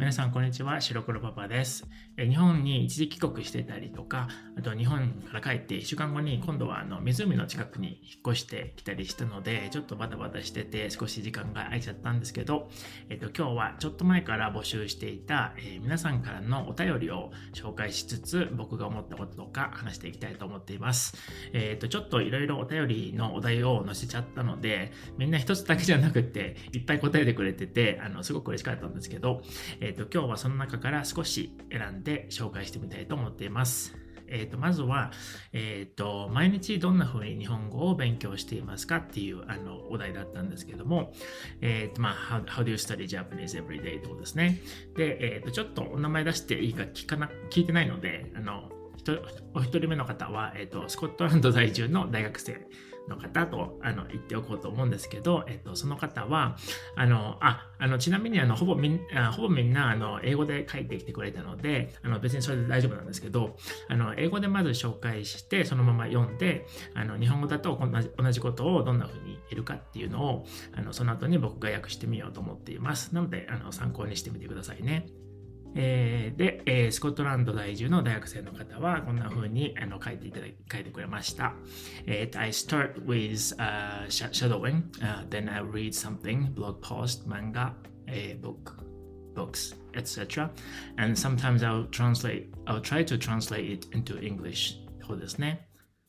皆さんこんにちは、白黒パパです。日本に一時帰国してたりとか、あと日本から帰って1週間後に今度は湖の近くに引っ越してきたりしたので、ちょっとバタバタしてて少し時間が空いちゃったんですけど、今日はちょっと前から募集していた、皆さんからのお便りを紹介しつつ、僕が思ったこととか話していきたいと思っています。ちょっといろいろお便りのお題を載せちゃったので、みんな一つだけじゃなくていっぱい答えてくれてて、すごく嬉しかったんですけど、今日はその中から少し選んで紹介してみたいと思っています。まずは、毎日どんな風に日本語を勉強していますかっていうお題だったんですけども、how do you study Japanese every day ってことですね。で、ちょっとお名前出していいか聞いてないので、お一人目の方は、スコットランド在住の大学生の方と言っておこうと思うんですけど、その方はちなみにほぼみんな英語で書いてきてくれたので別にそれで大丈夫なんですけど、英語でまず紹介してそのまま読んで日本語だと同じことをどんな風に言えるかっていうのをその後に僕が訳してみようと思っています。なので参考にしてみてくださいね。で、スコットランド在住の大学生の方はこんな風に書いてくれました。I start with shadowing, then I read something, blog post, manga, books, etc. And sometimes I'll try to translate it into English. そうですね。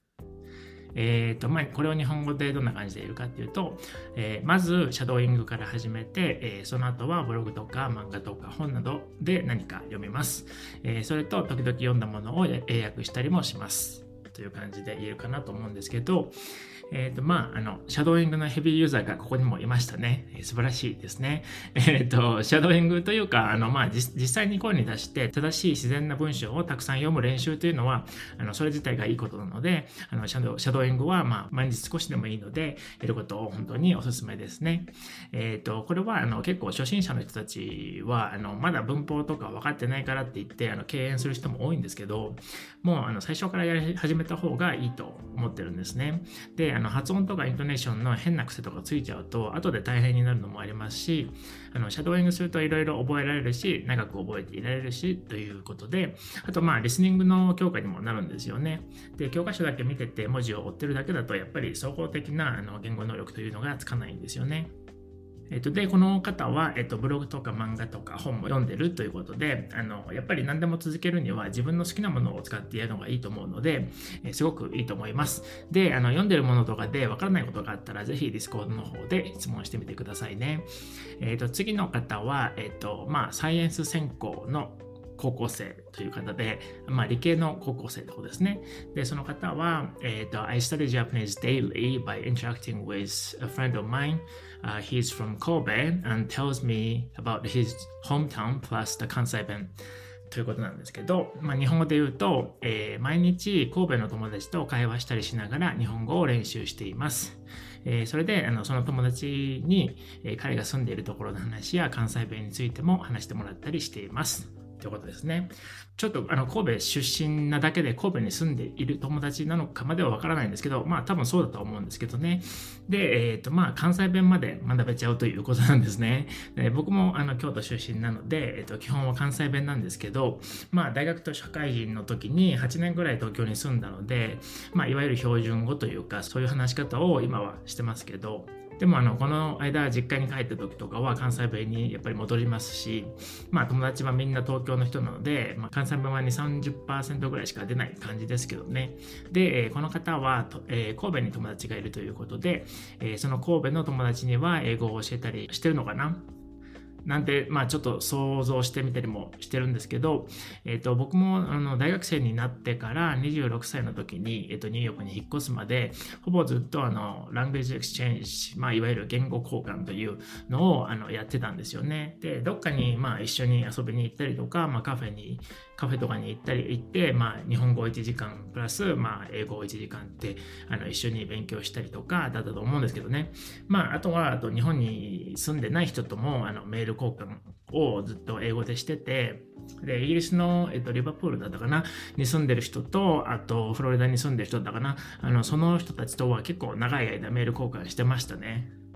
これを日本語でどんな感じで言うかっていうと、まずシャドーイングから始めて、その後はブログとか漫画とか本などで何か読みます。それと時々読んだものを英訳したりもしますという感じで言えるかなと思うんですけど、シャドーイングのヘビーユーザーがここにもいましたね。素晴らしいですね。シャドーイングというか、実際に声に出して正しい自然な文章をたくさん読む練習というのは、それ自体がいいことなので、シャドーイングは、毎日少しでもいいので、やることを本当におすすめですね。これは、結構初心者の人たちは、まだ文法とか分かってないからって言って、敬遠する人も多いんですけど、もう、最初からやり始めた方がいいと思ってるんですね。で、発音とかイントネーションの変な癖とかついちゃうと後で大変になるのもありますし、シャドーイングするといろいろ覚えられるし長く覚えていられるしということで、あとリスニングの強化にもなるんですよね。で、教科書だけ見てて文字を追ってるだけだとやっぱり総合的な言語能力というのがつかないんですよね。で、この方は、ブログとか漫画とか本も読んでるということで、やっぱり何でも続けるには自分の好きなものを使ってやるのがいいと思うので、すごくいいと思います。で、読んでるものとかでわからないことがあったら、ぜひ Discord の方で質問してみてくださいね。次の方は、サイエンス専攻の高校生という方で、理系の高校生の方ですね。で、その方は、I study Japanese daily by interacting with a friend of mine.He's from Kobe and tells me about his hometown plus the 関西弁ということなんですけど、日本語で言うと、毎日神戸の友達と会話したりしながら日本語を練習しています。それでその友達に、彼が住んでいるところの話や関西弁についても話してもらったりしています。ということですね。ちょっと神戸出身なだけで神戸に住んでいる友達なのかまではわからないんですけど、多分そうだと思うんですけどね。で、関西弁まで学べちゃうということなんですね。僕も京都出身なので、基本は関西弁なんですけど、大学と社会人の時に8年ぐらい東京に住んだので、いわゆる標準語というか、そういう話し方を今はしてますけど、でもこの間実家に帰った時とかは関西弁にやっぱり戻りますし、友達はみんな東京の人なので、関西弁は 2,30% ぐらいしか出ない感じですけどね。で、この方は、神戸に友達がいるということで、その神戸の友達には英語を教えたりしてるのかななんて、ちょっと想像してみたりもしてるんですけど、僕も大学生になってから26歳の時に、ニューヨークに引っ越すまで、ほぼずっとランゲージエクスチェンジ、いわゆる言語交換というのをやってたんですよね。で、どっかに一緒に遊びに行ったりとか、カフェとかに行って、日本語1時間プラス、英語1時間って一緒に勉強したりとかだったと思うんですけどね。あとは日本に住んでない人ともメール交換をずっと英語でしてて、でイギリスの、リバプールだったかなに住んでる人と、あとフロリダに住んでる人だったかな、その人たちとは結構長い間メール交換してましたね。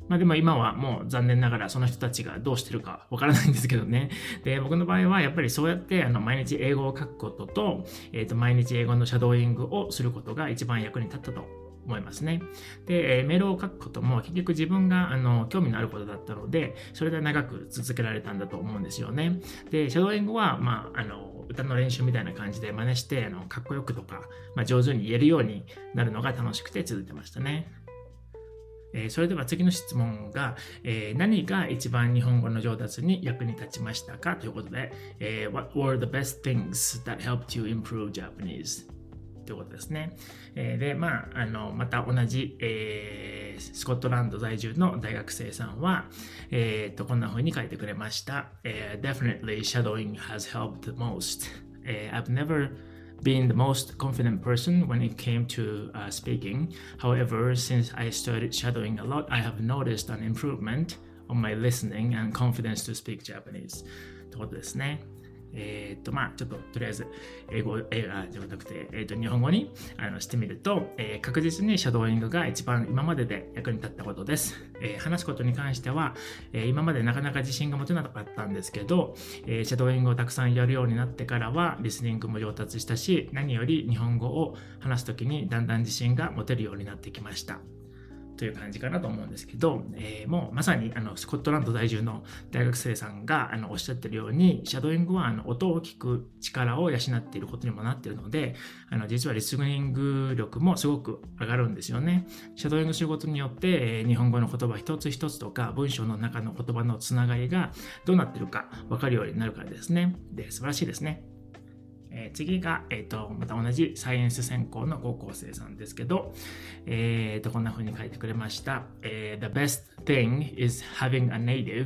でも今はもう残念ながらその人たちがどうしてるかわからないんですけどね。で、僕の場合はやっぱりそうやって毎日英語を書くことと、毎日英語のシャドーイングをすることが一番役に立ったと思いますね。で、メールを書くことも結局自分が興味のあることだったので、それで長く続けられたんだと思うんですよね。で、シャドーイングは、歌の練習みたいな感じで真似してかっこよくとか、上手に言えるようになるのが楽しくて続いてましたね。それでは次の質問が、何が一番日本語の上達に役に立ちましたかということで、What were the best things that helped you improve Japanese? ということですね。で、また同じ、スコットランド在住の大学生さんは、こんな風に書いてくれました。Definitely shadowing has helped the most. I've never been the most confident person when it came to speaking. However, since I started shadowing a lot, I have noticed an improvement on my listening and confidence to speak Japanese. ということですね。ちょっととりあえず英語じゃなくて、日本語にしてみると、確実にシャドーイングが一番今までで役に立ったことです。話すことに関しては、今までなかなか自信が持てなかったんですけど、シャドーイングをたくさんやるようになってからはリスニングも上達したし、何より日本語を話すときにだんだん自信が持てるようになってきました。という感じかなと思うんですけど、もうまさにスコットランド在住の大学生さんがおっしゃってるように、シャドーイングは音を聞く力を養っていることにもなっているので、実はリスニング力もすごく上がるんですよね。シャドーイングすることによって、日本語の言葉一つ一つとか文章の中の言葉のつながりがどうなっているか分かるようになるからですね。で、素晴らしいですね。次が、また同じサイエンス専攻の高校生さんですけど、こんな風に書いてくれました。The best thing is having a native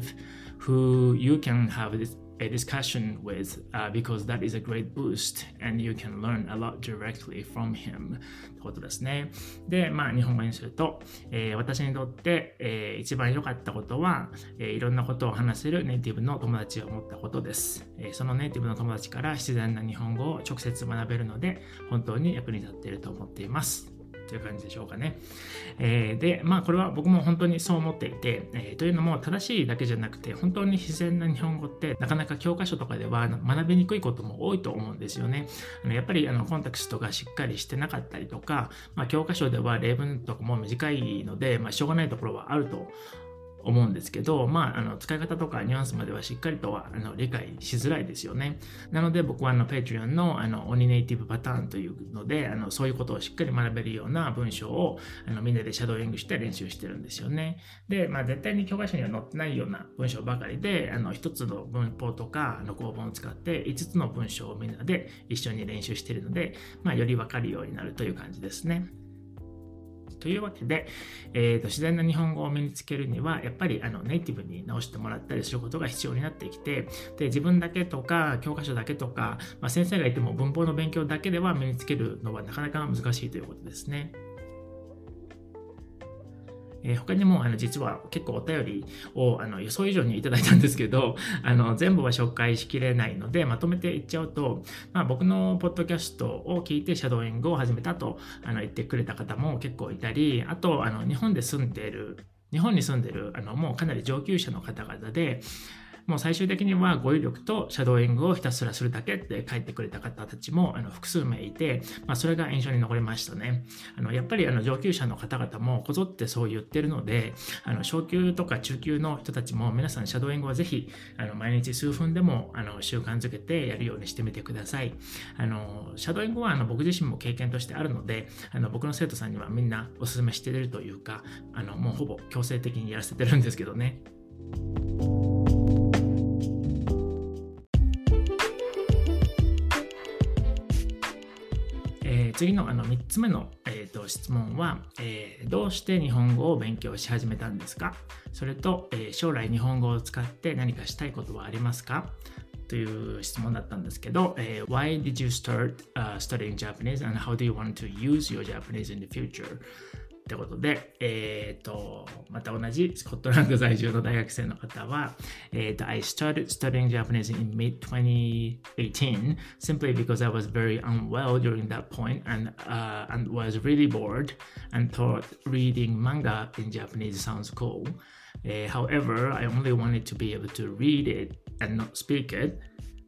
who you can have a discussion with, because that is a great boost and you can learn a lot directly from him ということですね。で、日本語にすると、私にとって、一番良かったことは、いろんなことを話せるネイティブの友達を持ったことです。そのネイティブの友達から自然な日本語を直接学べるので、本当に役に立っていると思っています。という感じでしょうかね。で、これは僕も本当にそう思っていて、というのも正しいだけじゃなくて、本当に自然な日本語ってなかなか教科書とかでは学びにくいことも多いと思うんですよね。やっぱりコンテクストがしっかりしてなかったりとか、教科書では例文とかも短いので、しょうがないところはあると思うんですけど、使い方とかニュアンスまではしっかりとは理解しづらいですよね。なので僕はPatreon のオニネイティブパターンというのでそういうことをしっかり学べるような文章をみんなでシャドーイングして練習してるんですよね。で、絶対に教科書には載ってないような文章ばかりで一つの文法とか構文を使って5つの文章をみんなで一緒に練習しているので、より分かるようになるという感じですね。というわけで、自然な日本語を身につけるにはやっぱりネイティブに直してもらったりすることが必要になってきて、で自分だけとか教科書だけとか、先生がいても文法の勉強だけでは身につけるのはなかなか難しいということですね。他にも実は結構お便りを予想以上にいただいたんですけど、全部は紹介しきれないのでまとめていっちゃうと、僕のポッドキャストを聞いてシャドーイングを始めたと言ってくれた方も結構いたり、あと日本に住んでいるもうかなり上級者の方々で、もう最終的には語彙力とシャドーイングをひたすらするだけって書いてくれた方たちも複数名いて、それが印象に残りましたね。やっぱり上級者の方々もこぞってそう言ってるので、小級とか中級の人たちも皆さんシャドーイングはぜひ毎日数分でも習慣づけてやるようにしてみてください。シャドーイングは僕自身も経験としてあるので、僕の生徒さんにはみんなお勧めしているというか、もうほぼ強制的にやらせてるんですけどね。次の3つ目の、質問は、どうして日本語を勉強し始めたんですか？それと、将来日本語を使って何かしたいことはありますか？という質問だったんですけど、Why did you start studying Japanese and how do you want to use your Japanese in the future? ってことで、また同じスコットランド在住の大学生の方は、I started studying Japanese in mid-2018 simply because I was very unwell during that point and was really bored and thought reading manga in Japanese sounds cool. However, I only wanted to be able to read it and not speak it.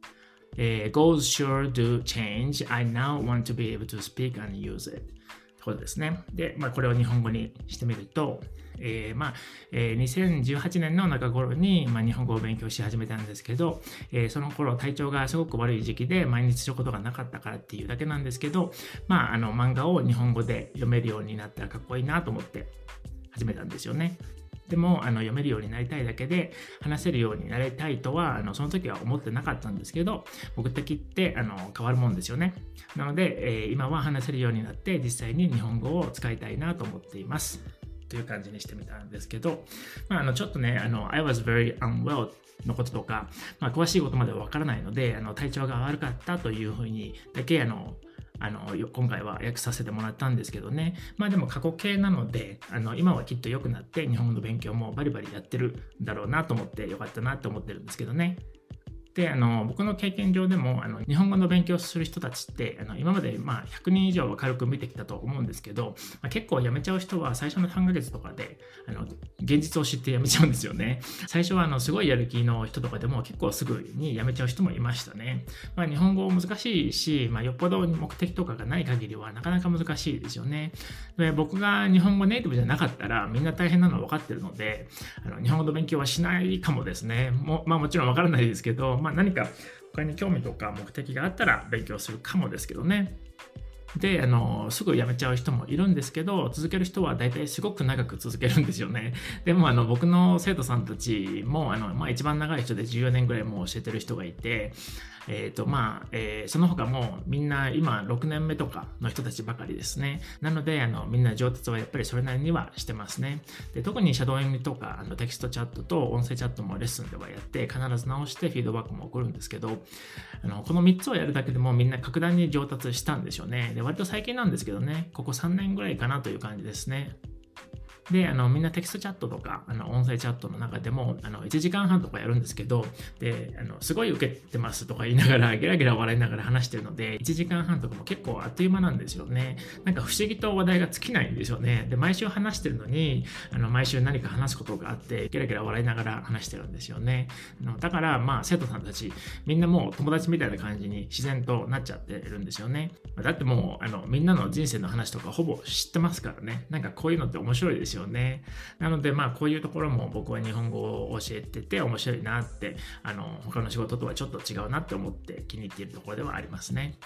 Goals sure do change. I now want to be able to speak and use it. ということですね。で、これを日本語にしてみると、2018年の中頃に、日本語を勉強し始めたんですけど、その頃体調がすごく悪い時期で毎日することがなかったからっていうだけなんですけど、漫画を日本語で読めるようになったらかっこいいなと思って始めたんですよね。でも読めるようになりたいだけで話せるようになりたいとはその時は思ってなかったんですけど、目的って変わるもんですよね。なので、今は話せるようになって実際に日本語を使いたいなと思っていますという感じにしてみたんですけど、ちょっとねI was very unwell のこととか、詳しいことまではわからないので体調が悪かったというふうにだけ今回は訳させてもらったんですけどね。でも過去形なので今はきっと良くなって日本語の勉強もバリバリやってるんだろうなと思ってよかったなと思ってるんですけどね。で僕の経験上でも日本語の勉強をする人たちって今まで100人以上は軽く見てきたと思うんですけど、結構辞めちゃう人は最初の3ヶ月とかで現実を知って辞めちゃうんですよね。最初はすごいやる気の人とかでも結構すぐに辞めちゃう人もいましたね。日本語難しいし、よっぽど目的とかがない限りはなかなか難しいですよね。で僕が日本語ネイティブじゃなかったらみんな大変なのは分かってるので日本語の勉強はしないかもですね。もちろん分からないですけど、何か他に興味とか目的があったら勉強するかもですけどね。ですぐ辞めちゃう人もいるんですけど、続ける人は大体すごく長く続けるんですよね。でも僕の生徒さんたちも一番長い人で14年ぐらいもう教えてる人がいて、その他もみんな今6年目とかの人たちばかりですね。なのでみんな上達はやっぱりそれなりにはしてますね。で特にシャドーイングとかテキストチャットと音声チャットもレッスンではやって必ず直してフィードバックも送るんですけど、この3つをやるだけでもみんな格段に上達したんでしょうね。で割と最近なんですけどね、ここ3年ぐらいかなという感じですね。でみんなテキストチャットとか音声チャットの中でも1時間半とかやるんですけど、ですごい受けてますとか言いながらゲラゲラ笑いながら話してるので1時間半とかも結構あっという間なんですよね。なんか不思議と話題が尽きないんですよね。で毎週話してるのに毎週何か話すことがあってゲラゲラ笑いながら話してるんですよね。だから生徒さんたちみんなもう友達みたいな感じに自然となっちゃってるんですよね。だってもうみんなの人生の話とかほぼ知ってますからね。なんかこういうのって面白いですよね。なのでこういうところも僕は日本語を教えてて面白いなって他の仕事とはちょっと違うなって思って気に入っているところではありますね。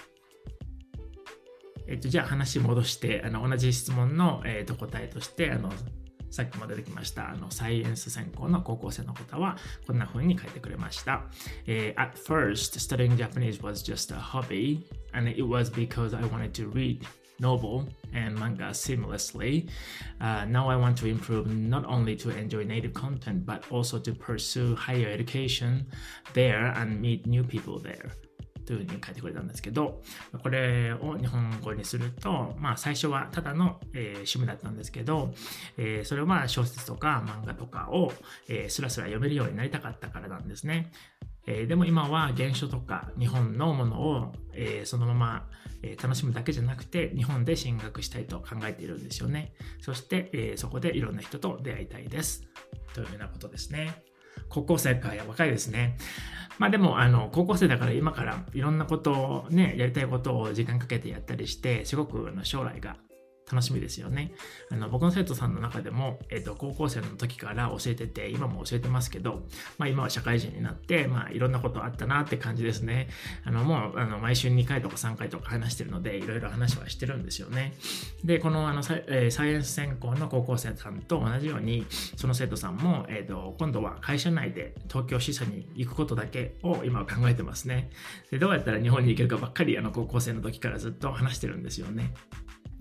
じゃあ話戻して同じ質問の、答えとしてさっきも出てきましたサイエンス専攻の高校生の方はこんな風に書いてくれました。At first, studying Japanese was just a hobby, and it was because I wanted to read novel and manga seamlessly. Now I want to improve not only to enjoy native content, but also to pursue higher education there and meet new people there.というふうに書いてくれたんですけど、これを日本語にすると、最初はただの、趣味だったんですけど、それは小説とか漫画とかを、スラスラ読めるようになりたかったからなんですね。でも今は原書とか日本のものを、そのまま、楽しむだけじゃなくて日本で進学したいと考えているんですよね。そして、そこでいろんな人と出会いたいですというふうなことですね。高校生か若いですね。でも高校生だから今からいろんなことをねやりたいことを時間かけてやったりしてすごく将来が楽しみですよね。僕の生徒さんの中でも、高校生の時から教えてて今も教えてますけど、今は社会人になって、いろんなことあったなって感じですね。もう毎週2回とか3回とか話してるのでいろいろ話はしてるんですよね。でこのサイエンス専攻の高校生さんと同じようにその生徒さんも、今度は会社内で東京支社に行くことだけを今は考えてますね。でどうやったら日本に行けるかばっかり高校生の時からずっと話してるんですよね。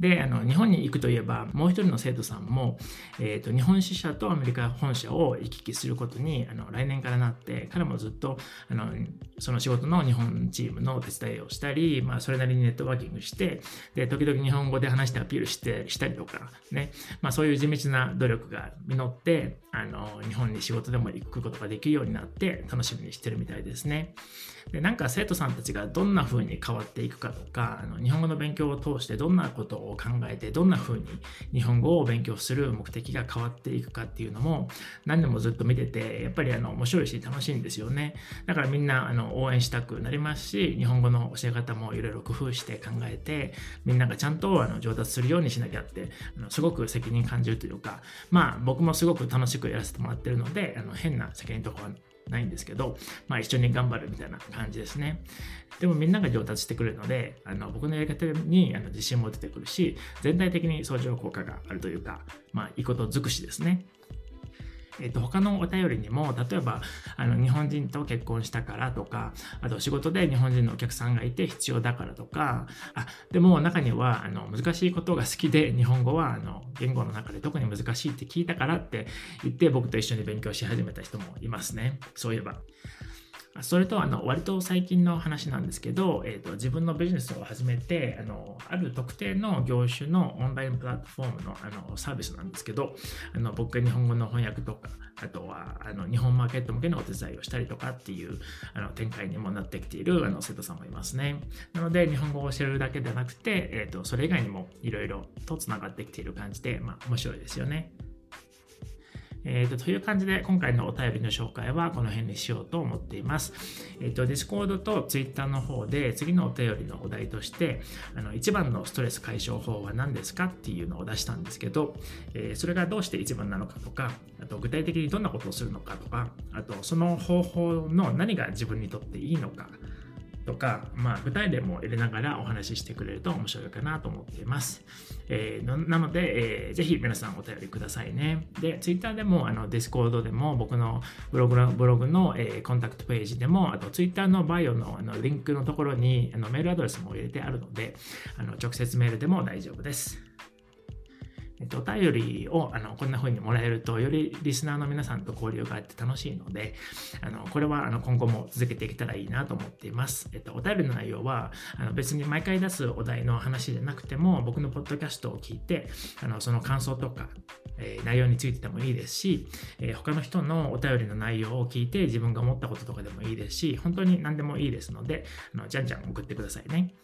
で、日本に行くといえば、もう一人の生徒さんも、日本支社とアメリカ本社を行き来することに来年からなって、彼もずっとその仕事の日本チームの手伝いをしたり、それなりにネットワーキングして、で時々日本語で話してアピールしたりとかね、そういう地道な努力が実って、日本に仕事でも行くことができるようになって楽しみにしてるみたいですね。でなんか生徒さんたちがどんな風に変わっていくかとか、日本語の勉強を通してどんなことを考えて、どんな風に日本語を勉強する目的が変わっていくかっていうのも何年もずっと見てて、やっぱり面白いし楽しいんですよね。だからみんな応援したくなりますし、日本語の教え方もいろいろ工夫して考えて、みんながちゃんと上達するようにしなきゃってすごく責任感じるというか、僕もすごく楽しくやらせてもらってるので、変な責任とかはないんですけど、一緒に頑張るみたいな感じですね。でもみんなが上達してくるので、僕のやり方に自信も出てくるし、全体的に相乗効果があるというか、いいこと尽くしですね。他のお便りにも、例えば日本人と結婚したからとか、あと仕事で日本人のお客さんがいて必要だからとか、でも中には難しいことが好きで、日本語は言語の中で特に難しいって聞いたからって言って僕と一緒に勉強し始めた人もいますね。そういえば。それと割と最近の話なんですけど、自分のビジネスを始めてある特定の業種のオンラインプラットフォームのサービスなんですけど、僕が日本語の翻訳とか、あとは日本マーケット向けのお手伝いをしたりとかっていう展開にもなってきている生徒さんもいますね。なので日本語を教えるだけではなくて、それ以外にもいろいろとつながってきている感じで、面白いですよね。という感じで今回のお便りの紹介はこの辺にしようと思っています。Discord と Twitter の方で次のお便りのお題として一番のストレス解消法は何ですかっていうのを出したんですけど、それがどうして一番なのかとか、あと具体的にどんなことをするのかとか、あとその方法の何が自分にとっていいのかとか、具体例も入れながらお話ししてくれると面白いかなと思っています。なので、ぜひ皆さんお便りくださいね。で、Twitter でもDiscord でも僕のブログの、コンタクトページでも、あと Twitter のバイオの、リンクのところにメールアドレスも入れてあるので、直接メールでも大丈夫です。お便りをこんな風にもらえると、よりリスナーの皆さんと交流があって楽しいので、これは今後も続けていけたらいいなと思っています。お便りの内容は別に毎回出すお題の話じゃなくても、僕のポッドキャストを聞いてその感想とか、内容についてでもいいですし、他の人のお便りの内容を聞いて自分が思ったこととかでもいいですし、本当に何でもいいですので、じゃんじゃん送ってくださいね。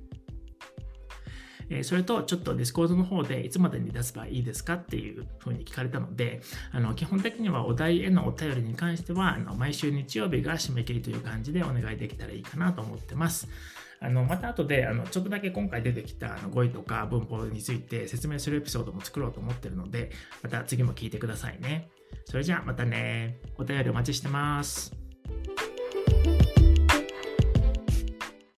それとちょっと Discord の方でいつまでに出せばいいですかっていうふうに聞かれたので、基本的にはお題へのお便りに関しては毎週日曜日が締め切りという感じでお願いできたらいいかなと思ってます。また後でちょっとだけ今回出てきた語彙とか文法について説明するエピソードも作ろうと思ってるので、また次も聞いてくださいね。それじゃあまたね。お便りお待ちしてます。